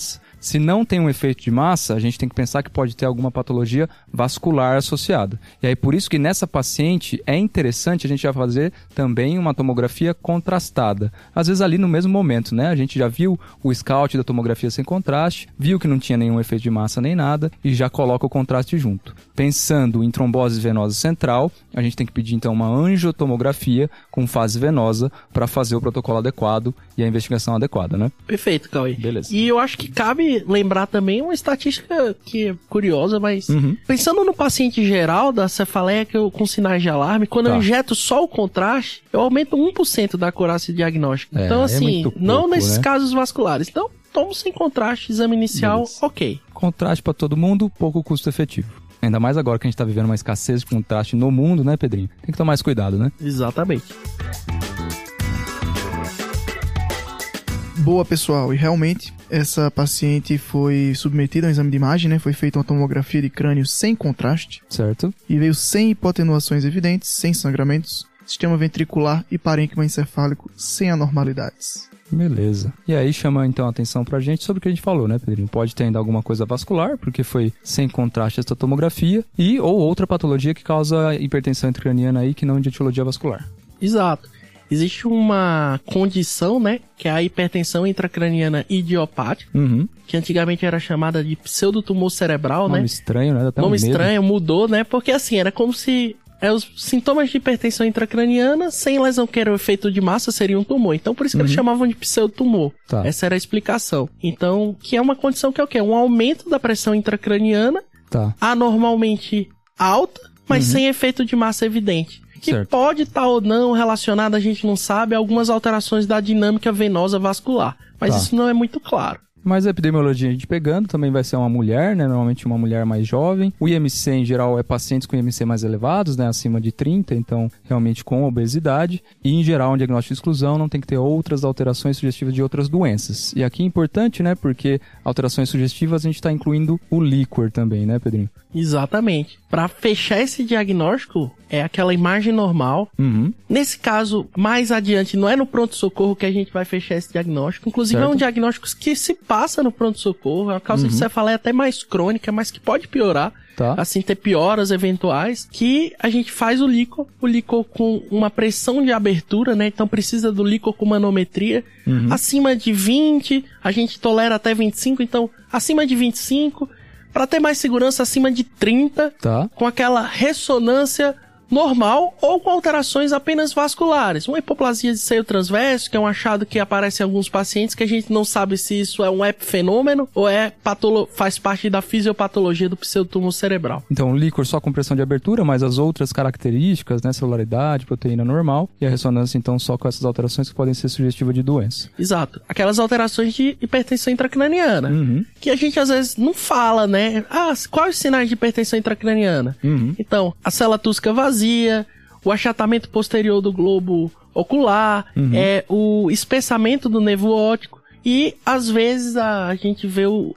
Se não tem um efeito de massa, a gente tem que pensar que pode ter alguma patologia vascular associada. E aí, por isso que nessa paciente é interessante a gente já fazer também uma tomografia contrastada. Às vezes ali no mesmo momento, né? A gente já viu o scout da tomografia sem contraste, viu que não tinha nenhum efeito de massa nem nada e já coloca o contraste junto. Pensando em trombose venosa central, a gente tem que pedir então uma angiotomografia com fase venosa para fazer o protocolo adequado e a investigação adequada, né? Perfeito, Cauê. Beleza. E eu acho que cabe lembrar também uma estatística que é curiosa, mas Uhum. pensando no paciente geral da cefaleia que eu, com sinais de alarme, quando Tá. eu injeto só o contraste, eu aumento um por cento da acurácia diagnóstica. É, Então, é assim, muito não pouco, nesses né? casos vasculares. Então, tomo sem contraste, exame inicial, Beleza. ok. Contraste para todo mundo, pouco custo efetivo. Ainda mais agora que a gente está vivendo uma escassez de contraste no mundo, né, Pedrinho? Tem que tomar mais cuidado, né? Exatamente. Boa, pessoal. E realmente, essa paciente foi submetida a um exame de imagem, né? Foi feita uma tomografia de crânio sem contraste Certo? e veio sem hipotenuações evidentes, sem sangramentos, sistema ventricular e parênquima encefálico sem anormalidades. Beleza. E aí chama então a atenção pra gente sobre o que a gente falou, né, Pedrinho? Pode ter ainda alguma coisa vascular, porque foi sem contraste essa tomografia, e ou outra patologia que causa hipertensão intracraniana aí, que não de etiologia vascular. Exato. Existe uma condição, né, que é a hipertensão intracraniana idiopática, Uhum. que antigamente era chamada de pseudotumor cerebral, Nome né? estranho, né? Dá até um Nome medo. estranho, mudou, né? Porque assim, era como se é, os sintomas de hipertensão intracraniana sem lesão que era o efeito de massa seria um tumor. Então por isso que Uhum. eles chamavam de pseudotumor. Tá. Essa era a explicação. Então, que é uma condição que é o quê? Um aumento da pressão intracraniana, Tá. anormalmente alta, mas Uhum. sem efeito de massa evidente. Que Certo. pode estar ou não relacionado, a gente não sabe, a algumas alterações da dinâmica venosa vascular. Mas Tá. isso não é muito claro. Mas a epidemiologia a gente pegando também vai ser uma mulher, né? Normalmente uma mulher mais jovem. O I M C em geral é pacientes com I M C mais elevados, né? Acima de trinta, então realmente com obesidade. E em geral um diagnóstico de exclusão não tem que ter outras alterações sugestivas de outras doenças. E aqui é importante, né? Porque alterações sugestivas a gente está incluindo o líquor também, né, Pedrinho? Exatamente. Para fechar esse diagnóstico, é aquela imagem normal. Uhum. Nesse caso, mais adiante, não é no pronto-socorro que a gente vai fechar esse diagnóstico. Inclusive, Certo. é um diagnóstico que se passa no pronto-socorro. É uma causa Uhum. de cefaleia até mais crônica, mas que pode piorar. Tá. Assim, ter pioras eventuais, que a gente faz o líquor, o líquor com uma pressão de abertura, né? Então precisa do líquor com manometria. Uhum. Acima de vinte, a gente tolera até vinte e cinco, então acima de vinte e cinco, para ter mais segurança, acima de trinta, Tá. com aquela ressonância normal ou com alterações apenas vasculares. Uma hipoplasia de seio transverso, que é um achado que aparece em alguns pacientes, que a gente não sabe se isso é um epifenômeno ou é patolo- faz parte da fisiopatologia do pseudotumor cerebral. Então, líquor só com pressão de abertura, mas as outras características, né? Celularidade, proteína normal. E a ressonância, então, só com essas alterações que podem ser sugestivas de doença. Exato. Aquelas alterações de hipertensão intracraniana. Uhum. Que a gente às vezes não fala, né? Ah, quais os sinais de hipertensão intracraniana? Uhum. Então, a célula túsca vazia, o achatamento posterior do globo ocular, Uhum. é o espessamento do nervo óptico e, às vezes, a, a gente vê o,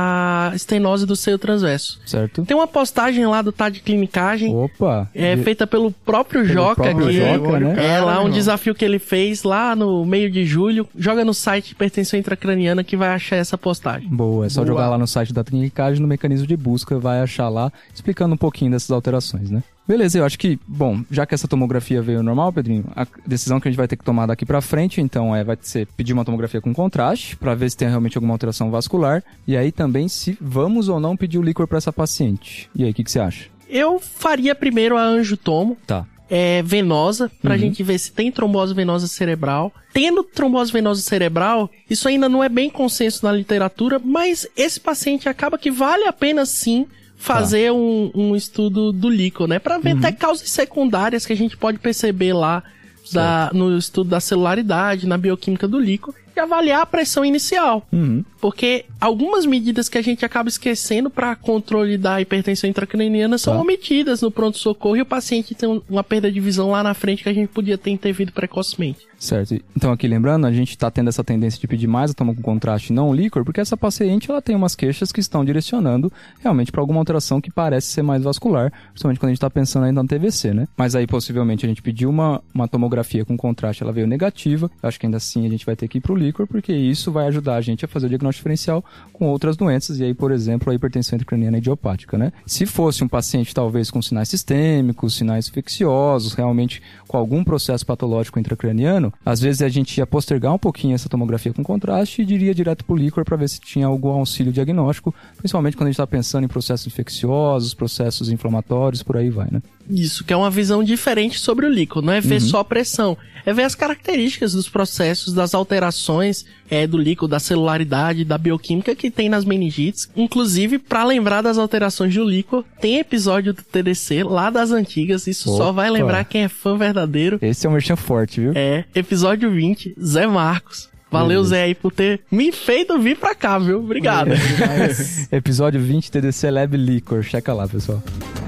a estenose do seio transverso. Certo? Tem uma postagem lá do T A D Clinicagem, Opa! é, De- feita pelo próprio Pelo Joca, próprio que Joca, né? é lá um Caramba. desafio que ele fez lá no meio de julho. Joga no site Hipertensão Intracraniana que vai achar essa postagem. Boa, é só Boa. jogar lá no site da Clinicagem, no mecanismo de busca, vai achar lá, explicando um pouquinho dessas alterações, né? Beleza, eu acho que, bom, já que essa tomografia veio normal, Pedrinho, a decisão que a gente vai ter que tomar daqui pra frente, então, é vai ser pedir uma tomografia com contraste, pra ver se tem realmente alguma alteração vascular, e aí também se vamos ou não pedir o líquor pra essa paciente. E aí, o que, que você acha? Eu faria primeiro a angiotomo, Tá. é, venosa, pra Uhum. gente ver se tem trombose venosa cerebral. Tendo trombose venosa cerebral, isso ainda não é bem consenso na literatura, mas esse paciente acaba que vale a pena sim fazer um, um estudo do líquor, né? Pra ver Uhum. até causas secundárias que a gente pode perceber lá da, no estudo da celularidade, na bioquímica do líquor, e avaliar a pressão inicial. Uhum. Porque algumas medidas que a gente acaba esquecendo para controle da hipertensão intracraniana são Tá. omitidas no pronto-socorro e o paciente tem um- uma perda de visão lá na frente que a gente podia ter intervido precocemente. Certo. Então, aqui lembrando, a gente tá tendo essa tendência de pedir mais a toma com contraste, não o líquor, porque essa paciente ela tem umas queixas que estão direcionando realmente para alguma alteração que parece ser mais vascular, principalmente quando a gente tá pensando ainda no T V C, né? Mas aí, possivelmente, a gente pediu uma, uma tomografia com contraste, ela veio negativa. Eu acho que ainda assim a gente vai ter que ir pro líquor, porque isso vai ajudar a gente a fazer o diagnóstico diferencial com outras doenças, e aí, por exemplo, a hipertensão intracraniana idiopática, né? Se fosse um paciente, talvez, com sinais sistêmicos, sinais infecciosos, realmente com algum processo patológico intracraniano, às vezes a gente ia postergar um pouquinho essa tomografia com contraste e iria direto pro líquor para ver se tinha algum auxílio diagnóstico, principalmente quando a gente está pensando em processos infecciosos, processos inflamatórios, por aí vai, né? Isso, que é uma visão diferente sobre o líquor, não é ver uhum. só a pressão, é ver as características dos processos, das alterações é, do líquor, da celularidade, da bioquímica que tem nas meningites. Inclusive, para lembrar das alterações do líquor, tem episódio do T D C lá das antigas, isso Opa. Só vai lembrar quem é fã verdadeiro. Esse é um merchan forte, viu? É, episódio vinte, Zé Marcos. Valeu, Zé, aí, por ter me feito vir pra cá, viu? Obrigado. É, episódio vinte, T D C Lab Líquor. Checa lá, pessoal.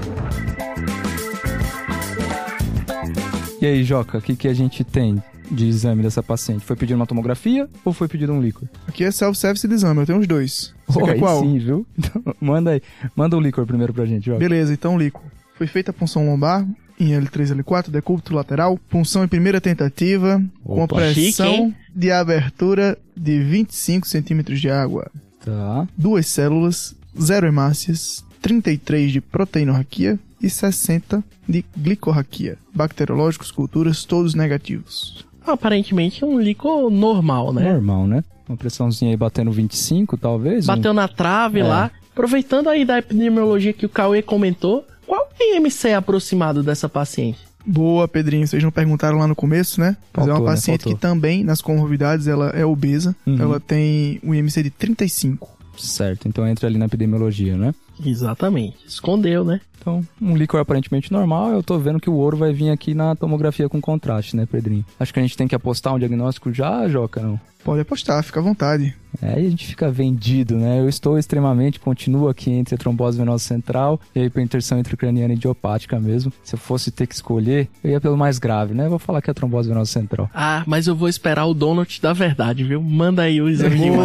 E aí, Joca, o que, que a gente tem de exame dessa paciente? Foi pedido uma tomografia ou foi pedido um líquor? Aqui é self-service de exame, eu tenho os dois. Você oh, quer aí qual? Sim, viu? Então, manda aí. Manda o líquor primeiro pra gente, Joca. Beleza, então o líquor. Foi feita a punção lombar em L três L quatro, decúbito lateral, punção em primeira tentativa, Opa, com pressão chique, de abertura de vinte e cinco centímetros de água. Tá. Duas células, zero hemácias, trinta e três de proteinorraquia e sessenta de glicorraquia. Bacteriológicos, culturas, todos negativos. Aparentemente um líquor normal, né? Normal, né? Uma pressãozinha aí batendo vinte e cinco, talvez. Bateu um... na trave é. lá. Aproveitando aí da epidemiologia que o Cauê comentou, qual é o I M C aproximado dessa paciente? Boa, Pedrinho. Vocês não perguntaram lá no começo, né? Mas Faltou, é uma paciente né? que também, nas comorbidades, ela é obesa. Uhum. Ela tem um I M C de trinta e cinco. Certo, então entra ali na epidemiologia, né? Exatamente. Escondeu, né? Então, um líquor aparentemente normal, eu tô vendo que o ouro vai vir aqui na tomografia com contraste, né, Pedrinho? Acho que a gente tem que apostar um diagnóstico já, Joca, não? Pode apostar, fica à vontade. É, aí a gente fica vendido, né? Eu estou extremamente, continuo aqui entre a trombose venosa central e a hipertensão intracraniana idiopática mesmo. Se eu fosse ter que escolher, eu ia pelo mais grave, né? Eu vou falar que é a trombose venosa central. Ah, mas eu vou esperar o donut da verdade, viu? Manda aí o exame de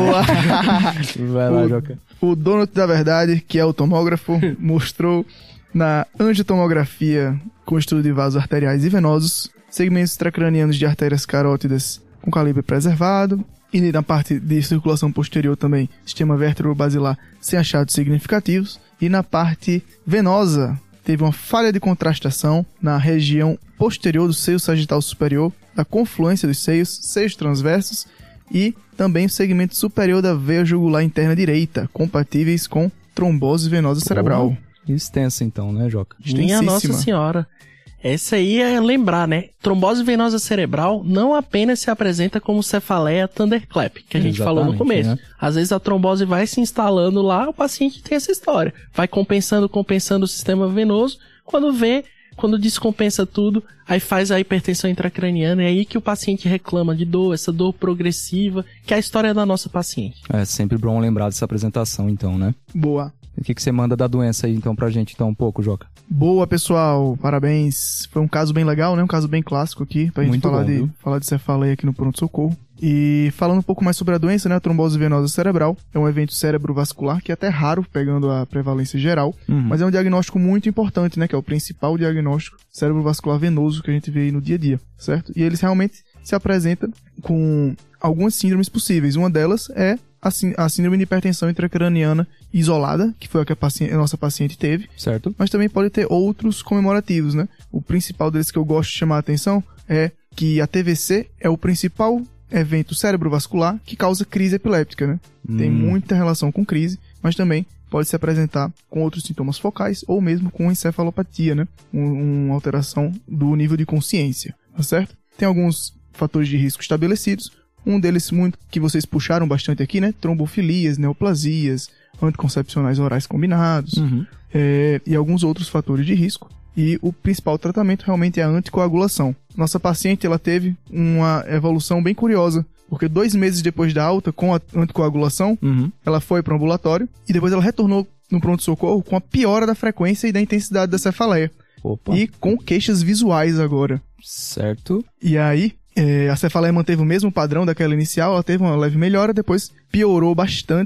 imagem. Vai lá, Joca. O donut da verdade, que é o tomógrafo, mostrou na angiotomografia com estudo de vasos arteriais e venosos, segmentos intracranianos de artérias carótidas com calibre preservado, e na parte de circulação posterior também, sistema vértebro-basilar sem achados significativos, e na parte venosa teve uma falha de contrastação na região posterior do seio sagital superior, da confluência dos seios, seios transversos, e também o segmento superior da veia jugular interna direita, compatíveis com trombose venosa cerebral. Oh, extensa então, né, Joca? Minha Nossa Senhora. Essa aí é lembrar, né? Trombose venosa cerebral não apenas se apresenta como cefaleia thunderclap, que a gente Exatamente, falou no começo. Né? Às vezes a trombose vai se instalando lá, o paciente tem essa história. Vai compensando, compensando o sistema venoso, quando vê, quando descompensa tudo, aí faz a hipertensão intracraniana, é aí que o paciente reclama de dor, essa dor progressiva, que é a história da nossa paciente. É sempre bom lembrar dessa apresentação, então, né? Boa. O que, que você manda da doença aí, então, pra gente, então, um pouco, Joca? Boa, pessoal. Parabéns. Foi um caso bem legal, né? Um caso bem clássico aqui, pra gente Muito falar, bom, de, falar de cefaleia aqui no pronto-socorro. E falando um pouco mais sobre a doença, né? A trombose venosa cerebral é um evento cerebrovascular que é até raro, pegando a prevalência geral, uhum. mas é um diagnóstico muito importante, né? Que é o principal diagnóstico cerebrovascular venoso que a gente vê aí no dia a dia, certo? E eles realmente se apresentam com algumas síndromes possíveis. Uma delas é a, sí- a síndrome de hipertensão intracraniana isolada, que foi a que a, paci- a nossa paciente teve. Certo. Mas também pode ter outros comemorativos, né? O principal deles que eu gosto de chamar a atenção é que a T V C é o principal evento cerebrovascular que causa crise epiléptica, né? Hum. Tem muita relação com crise, mas também pode se apresentar com outros sintomas focais ou mesmo com encefalopatia, né? Um, uma alteração do nível de consciência, tá certo? Tem alguns fatores de risco estabelecidos. Um deles muito que vocês puxaram bastante aqui, né? Trombofilias, neoplasias, anticoncepcionais orais combinados, uhum. é, e alguns outros fatores de risco. E o principal tratamento realmente é a anticoagulação. Nossa paciente, ela teve uma evolução bem curiosa, porque dois meses depois da alta, com a anticoagulação, uhum. ela foi para o ambulatório e depois ela retornou no pronto-socorro com a piora da frequência e da intensidade da cefaleia. Opa. E com queixas visuais agora. Certo. E aí, é, a cefaleia manteve o mesmo padrão daquela inicial, ela teve uma leve melhora, depois piorou bastante,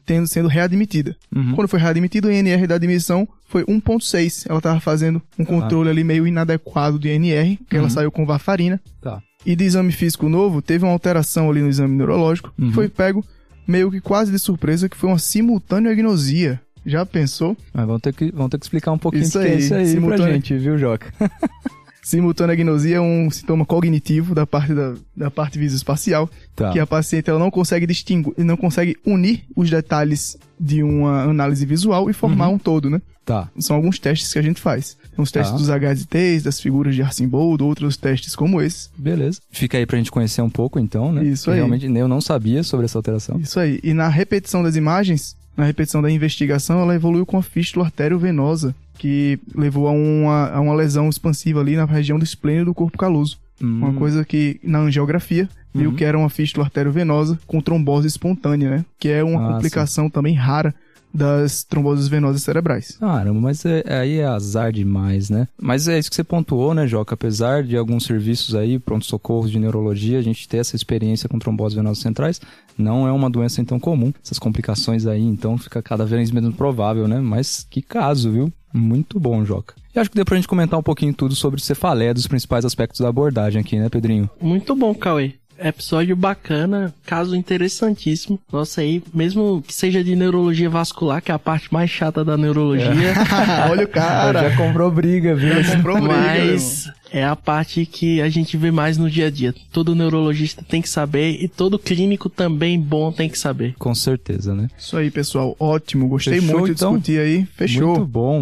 tendo, sendo readmitida. Uhum. Quando foi readmitida, o I N R da admissão foi um ponto seis. Ela estava fazendo um controle ah. ali meio inadequado do I N R, porque uhum. ela saiu com varfarina. Tá. E de exame físico novo, teve uma alteração ali no exame neurológico, uhum. que foi pego meio que quase de surpresa, que foi uma simultânea agnosia. Já pensou? Mas vão ter que, vão ter que explicar um pouquinho o que é isso aí simultânea... pra gente, viu, Joca? Simultânea agnosia é um sintoma cognitivo da parte, da, da parte visoespacial, tá. que a paciente ela não consegue distinguir, não consegue unir os detalhes de uma análise visual e formar uhum. um todo, né? Tá. São alguns testes que a gente faz. Tem os testes tá. dos H S Ts, das figuras de Arcimboldo, outros testes como esses. Beleza. Fica aí pra gente conhecer um pouco então, né? Isso aí. Realmente eu não sabia sobre essa alteração. Isso aí. E na repetição das imagens, na repetição da investigação, ela evoluiu com a fístula arteriovenosa, que levou a uma, a uma lesão expansiva ali na região do esplênio do corpo caloso. Hum. Uma coisa que, na angiografia, viu uhum. que era uma fístula arteriovenosa com trombose espontânea, né? Que é uma ah, complicação sim. também rara das tromboses venosas cerebrais. Caramba, mas é, aí é azar demais, né? Mas é isso que você pontuou, né, Joca? Apesar de alguns serviços aí, pronto-socorros de neurologia, a gente ter essa experiência com tromboses venosas centrais, não é uma doença então comum. Essas complicações aí, então, fica cada vez menos provável, né? Mas que caso, viu? Muito bom, Joca. E acho que deu pra gente comentar um pouquinho tudo sobre cefaleia, dos principais aspectos da abordagem aqui, né, Pedrinho? Muito bom, Cauê. Episódio bacana, caso interessantíssimo. Nossa, aí, mesmo que seja de neurologia vascular, que é a parte mais chata da neurologia. É. Olha o cara. Já comprou briga, viu? Já comprou briga. Mas é a parte que a gente vê mais no dia a dia. Todo neurologista tem que saber e todo clínico também bom tem que saber. Com certeza, né? Isso aí, pessoal. Ótimo. Gostei Fechou, muito então? de discutir aí. Fechou. Muito bom.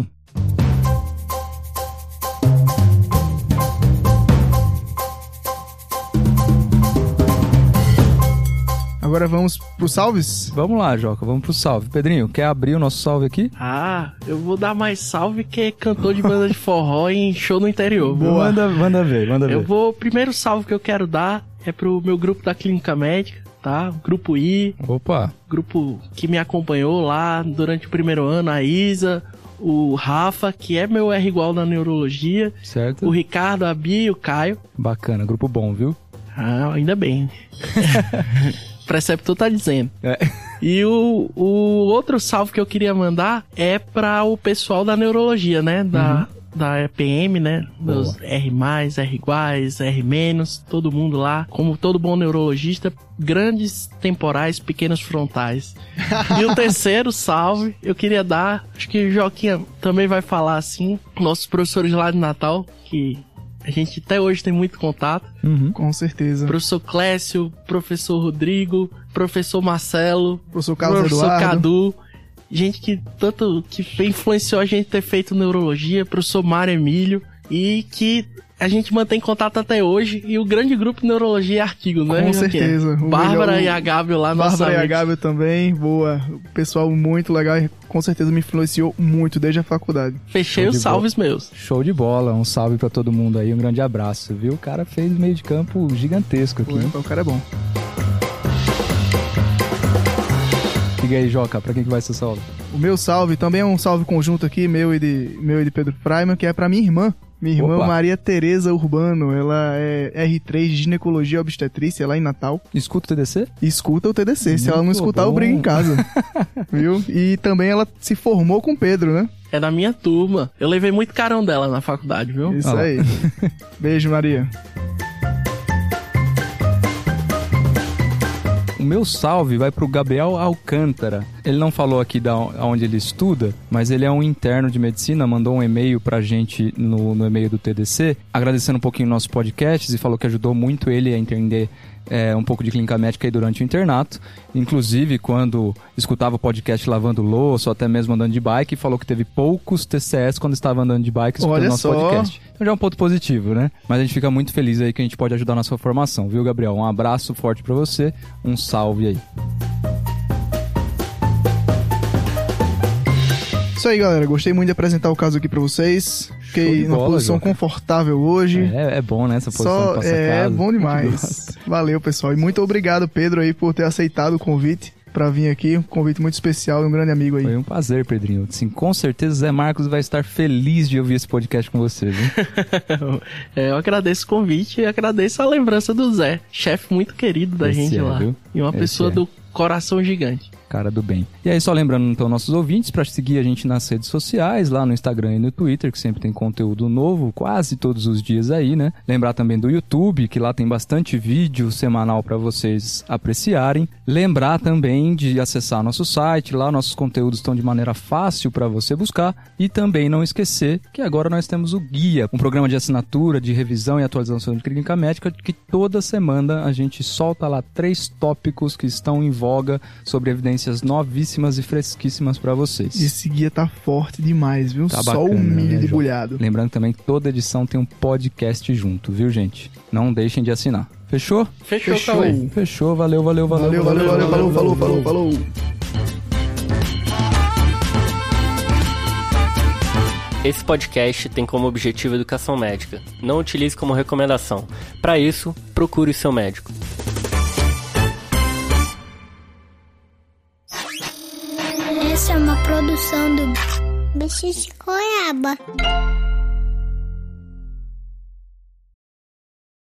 Agora vamos pro salves? Vamos lá, Joca, vamos pro salve. Pedrinho, quer abrir o nosso salve aqui? Ah, eu vou dar mais salve que é cantor de banda de forró em show no interior. Boa. Manda, manda ver, manda ver. Eu vou, o primeiro salve que eu quero dar é pro meu grupo da Clínica Médica, tá? Grupo I. Opa. Grupo que me acompanhou lá durante o primeiro ano, a Isa, o Rafa, que é meu R igual na neurologia. Certo. O Ricardo, a Bia e o Caio. Bacana, grupo bom, viu? Ah, ainda bem. O preceptor tá dizendo. É. E o, o outro salve que eu queria mandar é para o pessoal da neurologia, né? Da, uhum. da E P M, né? Dos R mais, R iguais, R menos, todo mundo lá. Como todo bom neurologista, grandes temporais, pequenos frontais. E o terceiro salve eu queria dar, acho que o Joquinha também vai falar assim, nossos professores lá de Natal, que a gente até hoje tem muito contato. Uhum. Com certeza. Professor Clécio, professor Rodrigo, professor Marcelo, professor Carlos professor Eduardo. Cadu. Gente que tanto que influenciou a gente ter feito neurologia, professor Mário Emílio, e que a gente mantém contato até hoje. E o grande grupo de neurologia é Artigo, né? Com certeza. O Bárbara melhor, e a Gábio lá. Bárbara e a Gábio também, boa. O pessoal muito legal e com certeza me influenciou muito desde a faculdade. Fechei os salves bola. meus. Show de bola, um salve pra todo mundo aí, um grande abraço, viu? O cara fez meio de campo gigantesco aqui. Pô, o cara é bom. Diga aí, Joca, pra quem que vai ser salve? O meu salve também é um salve conjunto aqui, meu e de, meu e de Pedro Freiman, que é pra minha irmã. Minha irmã Opa. Maria Tereza Urbano, ela é R três de ginecologia e obstetrícia lá em Natal. Escuta o T D C? Escuta o T D C, Muito se ela não escutar bom. eu brigo em casa, viu? E também ela se formou com o Pedro, né? É da minha turma, eu levei muito carão dela na faculdade, viu? Isso ah, aí. Beijo, Maria. O meu salve vai pro Gabriel Alcântara. Ele não falou aqui da onde ele estuda, mas ele é um interno de medicina, mandou um e-mail pra gente no, no e-mail do T D C, agradecendo um pouquinho nossos podcasts e falou que ajudou muito ele a entender é, um pouco de clínica médica aí durante o internato. Inclusive, quando escutava o podcast lavando louça ou até mesmo andando de bike, falou que teve poucos T C S quando estava andando de bike escutando Olha nosso só. podcast. Então já é um ponto positivo, né? Mas a gente fica muito feliz aí que a gente pode ajudar na sua formação, viu, Gabriel? Um abraço forte pra você, um salve aí. Isso aí, galera. Gostei muito de apresentar o caso aqui pra vocês. Fiquei numa bola, posição Joca. confortável hoje. É, é bom, né? Essa posição Só, de passar é, casa. é bom demais. Valeu, pessoal. E muito obrigado, Pedro, aí, por ter aceitado o convite pra vir aqui. Um convite muito especial e um grande amigo aí. Foi um prazer, Pedrinho. Sim, com certeza o Zé Marcos vai estar feliz de ouvir esse podcast com você, viu? é, eu agradeço o convite e agradeço a lembrança do Zé. Chefe muito querido da Esse gente é, lá. Viu? E uma Esse pessoa é. do coração gigante. Cara do bem. E aí, só lembrando, então, nossos ouvintes, para seguir a gente nas redes sociais, lá no Instagram e no Twitter, que sempre tem conteúdo novo, quase todos os dias aí, né? Lembrar também do YouTube, que lá tem bastante vídeo semanal para vocês apreciarem. Lembrar também de acessar nosso site, lá nossos conteúdos estão de maneira fácil para você buscar. E também não esquecer que agora nós temos o Guia, um programa de assinatura, de revisão e atualização de clínica médica, que toda semana a gente solta lá três tópicos que estão em voga sobre evidências novíssimas e fresquíssimas para vocês. Esse guia tá forte demais, viu? Tá Só bacana, o milho né, debulhado. Lembrando também que toda edição tem um podcast junto, viu, gente? Não deixem de assinar. Fechou? Fechou, Fechou. também. Fechou, valeu, valeu, valeu. Valeu, valeu, valeu, valeu, falou, falou, falou. Esse podcast tem como objetivo educação médica. Não utilize como recomendação. Para isso, procure o seu médico. Essa é uma produção do Bicho de Goiaba.